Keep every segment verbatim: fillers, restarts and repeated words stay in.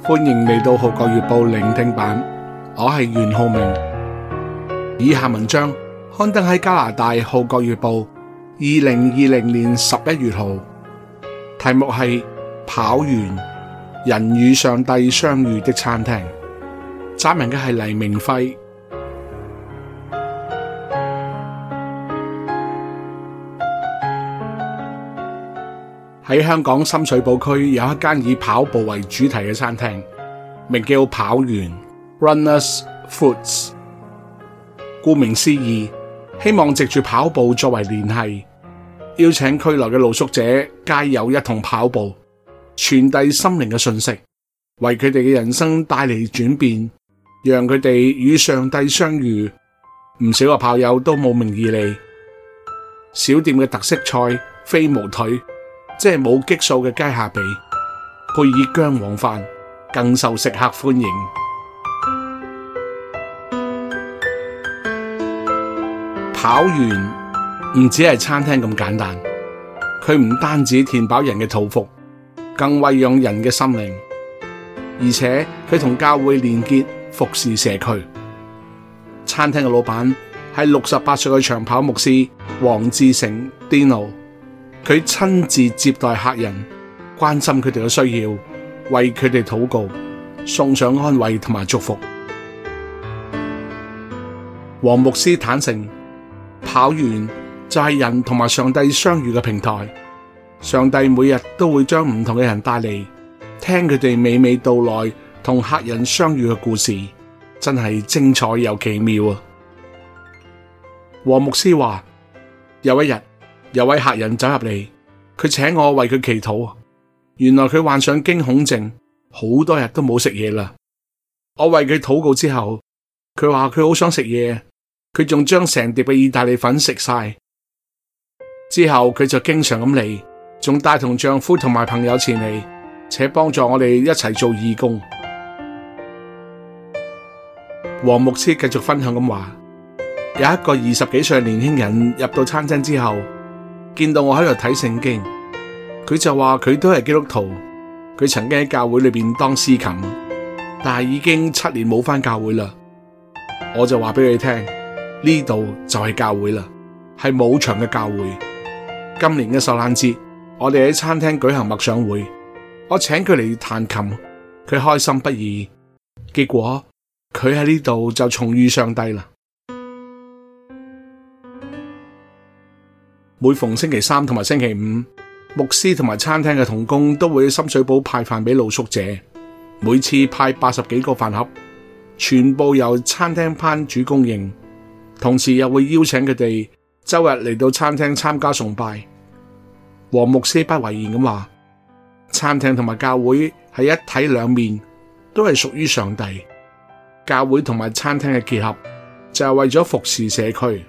歡迎嚟到《號角月報》聆聽版，我係袁浩明。以下文章刊登喺加拿大《號角月報》二零二零年十一月號，題目係跑完人與上帝相遇的餐廳，撰文嘅係黎明輝。喺香港深水埗區有一間以跑步為主題嘅餐廳，名叫跑完 Runners Foods。顧名思義，希望藉住跑步作為聯繫，邀請區內嘅露宿者街友一同跑步，傳遞心靈嘅訊息，為佢哋嘅人生帶嚟轉變，讓佢哋與上帝相遇。唔少嘅跑友都慕名而嚟。小店嘅特色菜飛毛腿，即係冇激素嘅雞下髀，配以薑黃飯，更受食客歡迎。跑完唔止係餐廳咁簡單，佢唔單止填飽人嘅肚腹，更餵養人嘅心靈，而且佢同教會連結，服侍社區。餐廳嘅老闆係六十八歲嘅長跑牧師黃志成 Dino。佢親自接待客人，關心佢哋嘅需要，為佢哋禱告，送上安慰同埋祝福。黃牧師坦誠，跑完就係人同埋上帝相遇嘅平台。上帝每日都會將唔同嘅人帶嚟，聽佢哋娓娓道來同客人相遇嘅故事，真係精彩又奇妙啊！黃牧師話，有一日，有位客人走入嚟，佢請我為佢祈禱。原來佢患上驚恐症，好多日都冇食嘢啦。我為佢禱告之後，佢話佢好想食嘢，佢仲將成碟嘅意大利粉食晒。之後佢就經常咁嚟，仲帶同丈夫同埋朋友前嚟，且幫助我哋一齊做義工。黃牧師繼續分享咁話，有一個二十幾歲嘅年輕人入到餐廳之後，見到我喺度睇聖經，佢就話佢都係基督徒，佢曾經喺教會裏邊當司琴，但係已經七年冇返教會啦。我就話俾佢聽，呢度就係教會啦，係舞場嘅教會。今年嘅受難節，我哋喺餐廳舉行默想會，我請佢嚟彈琴，佢開心不已。結果佢喺呢度就重遇上帝啦。每逢星期三同埋星期五，牧師同埋餐廳嘅同工都會喺深水埗派飯俾露宿者，每次派八十幾個飯盒，全部由餐廳班主供應，同時又會邀請佢哋周日嚟到餐廳參加崇拜。黃牧師不諱言咁話，餐廳同埋教會係一體兩面，都係屬於上帝。教會同埋餐廳嘅結合就係為咗服侍社區。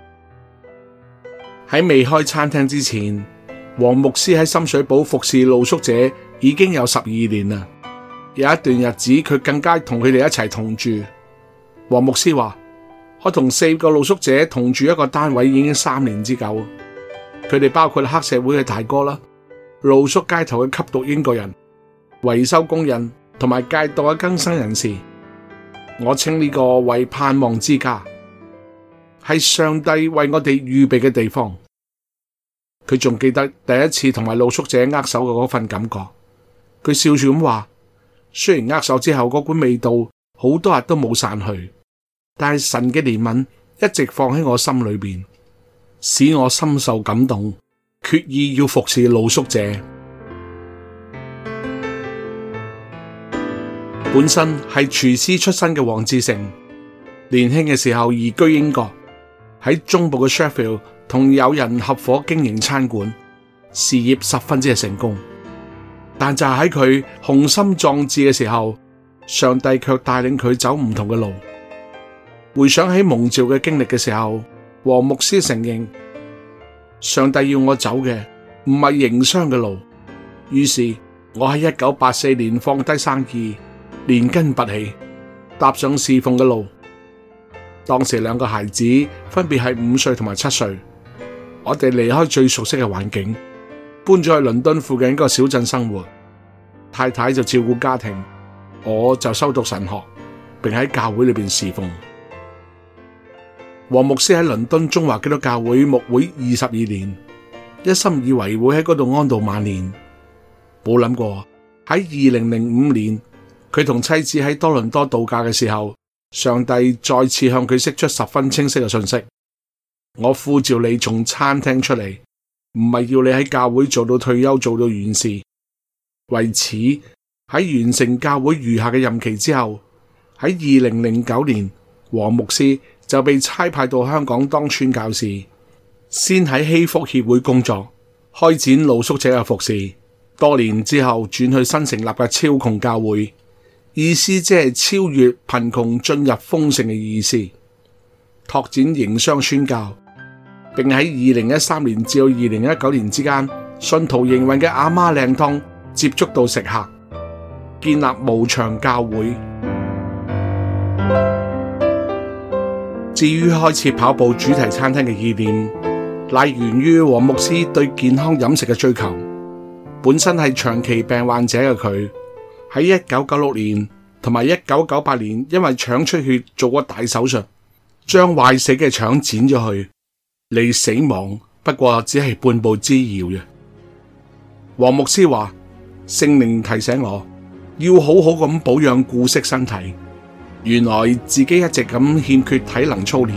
喺未開餐廳之前，黃牧師喺深水埗服侍露宿者已經有十二年啦。有一段日子，佢更加同佢哋一齊同住。黃牧師話，我同四個露宿者同住一個單位已經三年之久。佢哋包括黑社會嘅大哥啦，露宿街頭嘅吸毒英國人、維修工人同埋戒毒嘅更生人士。我稱呢個為盼望之家，係上帝為我哋預備嘅地方。佢仲記得第一次同埋露宿者握手嘅嗰份感覺。佢笑住咁話，雖然握手之後嗰股味道好多日都冇散去，但係神嘅憐憫一直放喺我心裏邊，使我深受感動，決意要服侍露宿者。本身係廚師出身嘅黃志成，年輕嘅時候移居英國，喺中部嘅 Sheffield 同友人合夥經營餐館，事業十分之成功。但就係喺佢雄心壯志嘅時候，上帝卻帶領佢走唔同嘅路。回想起蒙召嘅經歷嘅時候，黃牧師承認，上帝要我走嘅唔係營商嘅路。於是我喺一九八四年放低生意，連根拔起，踏上侍奉嘅路。當時兩個孩子分別係五歲同埋七歲，我哋離開最熟悉嘅環境，搬咗去倫敦附近一個小鎮生活。太太就照顧家庭， 我就修讀神學，並喺教會裏邊侍奉。黃牧師喺倫敦中華基督教會牧會二十二年，一心以為會喺嗰度安度晚年，冇諗過喺二零零五年，佢同妻子喺多倫多度假嘅時候，上帝再次向佢釋出十分清晰嘅訊息：我呼召你從餐廳出嚟，唔係要你喺教會做到退休，做到院士。為此，喺完成教會餘下嘅任期之後，喺二零零九年，黃牧師就被差派到香港當宣教士，先喺希福協會工作，開展露宿者嘅服侍。多年之後轉去新成立嘅超窮教會，意思即係超越貧窮進入豐盛嘅意思，拓展營商宣教，並喺二零一三年至到二零一九年之間，信徒營運嘅阿媽靚湯接觸到食客，建立無牆教會。至於開設跑步主題餐廳嘅意念，乃源於黃牧師對健康飲食嘅追求。本身係長期病患者嘅佢，喺一九九六年同埋一九九八年因為腸出血做過大手術，將壞死嘅腸剪咗去，離死亡不過只係半步之遙嘅。黃牧師話：聖靈提醒我要好好咁保養顧惜身體，原來自己一直咁欠缺體能操練。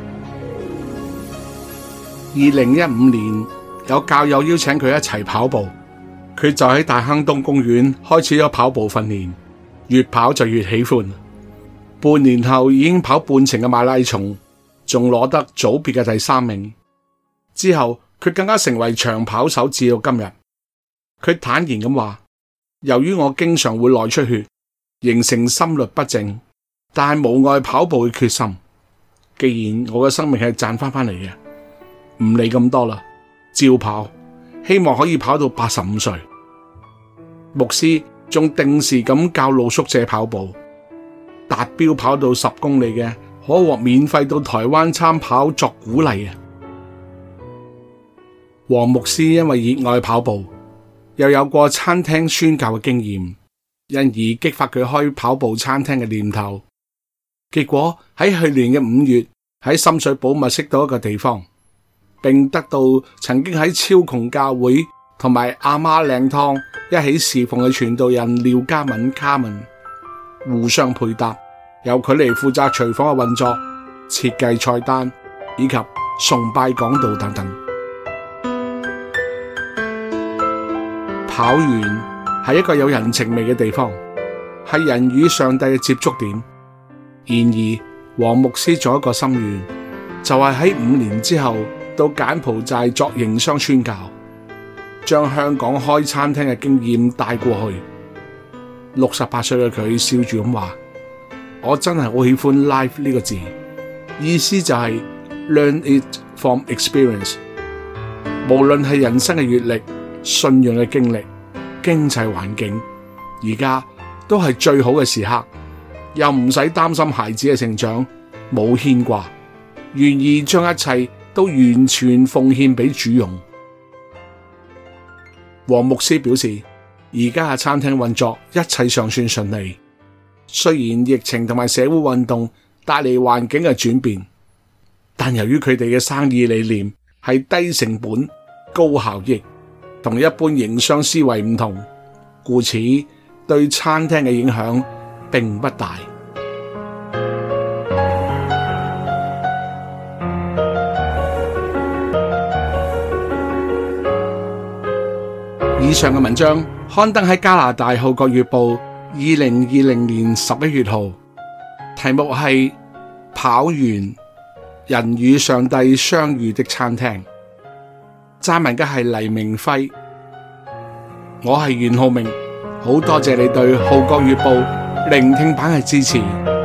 二零一五年有教友邀請佢一齊跑步，佢就喺大坑東公園開始咗跑步訓練，越跑就越喜歡。半年後已經跑半程嘅馬拉松，仲攞得組別嘅第三名。之後佢更加成為長跑手，至到今日。佢坦然咁話：由於我經常會內出血，形成心律不正，但係無礙跑步嘅決心。既然我嘅生命係賺翻翻嚟嘅，唔理咁多啦，照跑，希望可以跑到八十五歲。牧師仲定時咁教露宿者跑步，達標跑到十公里嘅，可獲免費到台灣參跑作鼓勵。黃牧師因為熱愛跑步，又有過餐廳宣教嘅經驗，因而激發佢開跑步餐廳嘅念頭。結果喺去年嘅五月，喺深水埗物識到一個地方，並得到曾經喺超窮教會同埋阿媽靚湯一起侍奉嘅傳道人廖嘉敏卡文，互相配搭，由佢嚟負責廚房嘅運作、設計菜單以及崇拜講道等等。跑園係一個有人情味嘅地方，係人與上帝嘅接觸點。然而黃牧師做一個心願，就係喺五年之後到柬埔寨作營商宣教，將香港開餐廳嘅經驗帶過去。六十八歲嘅佢笑住咁話：我真係好喜歡 life 呢個字，意思就係 learn it from experience。無論係人生嘅閱歷、信仰嘅經歷、經濟環境，而家都係最好嘅時刻，又唔使擔心孩子嘅成長，冇牽掛，願意將一切都完全奉獻俾主用。黃牧師表示，而家嘅餐廳運作一切尚算順利，雖然疫情同埋社會運動帶嚟環境嘅轉變，但由於佢哋嘅生意理念係低成本、高效益，同一般營商思維唔同，故此對餐廳嘅影響並不大。以上嘅文章刊登喺加拿大《號角月報》二零二零年十一月號，題目係跑完人與上帝相遇的餐廳。撰文嘅係黎明輝，我係袁浩明，好多謝你對《號角月報》聆聽版嘅支持。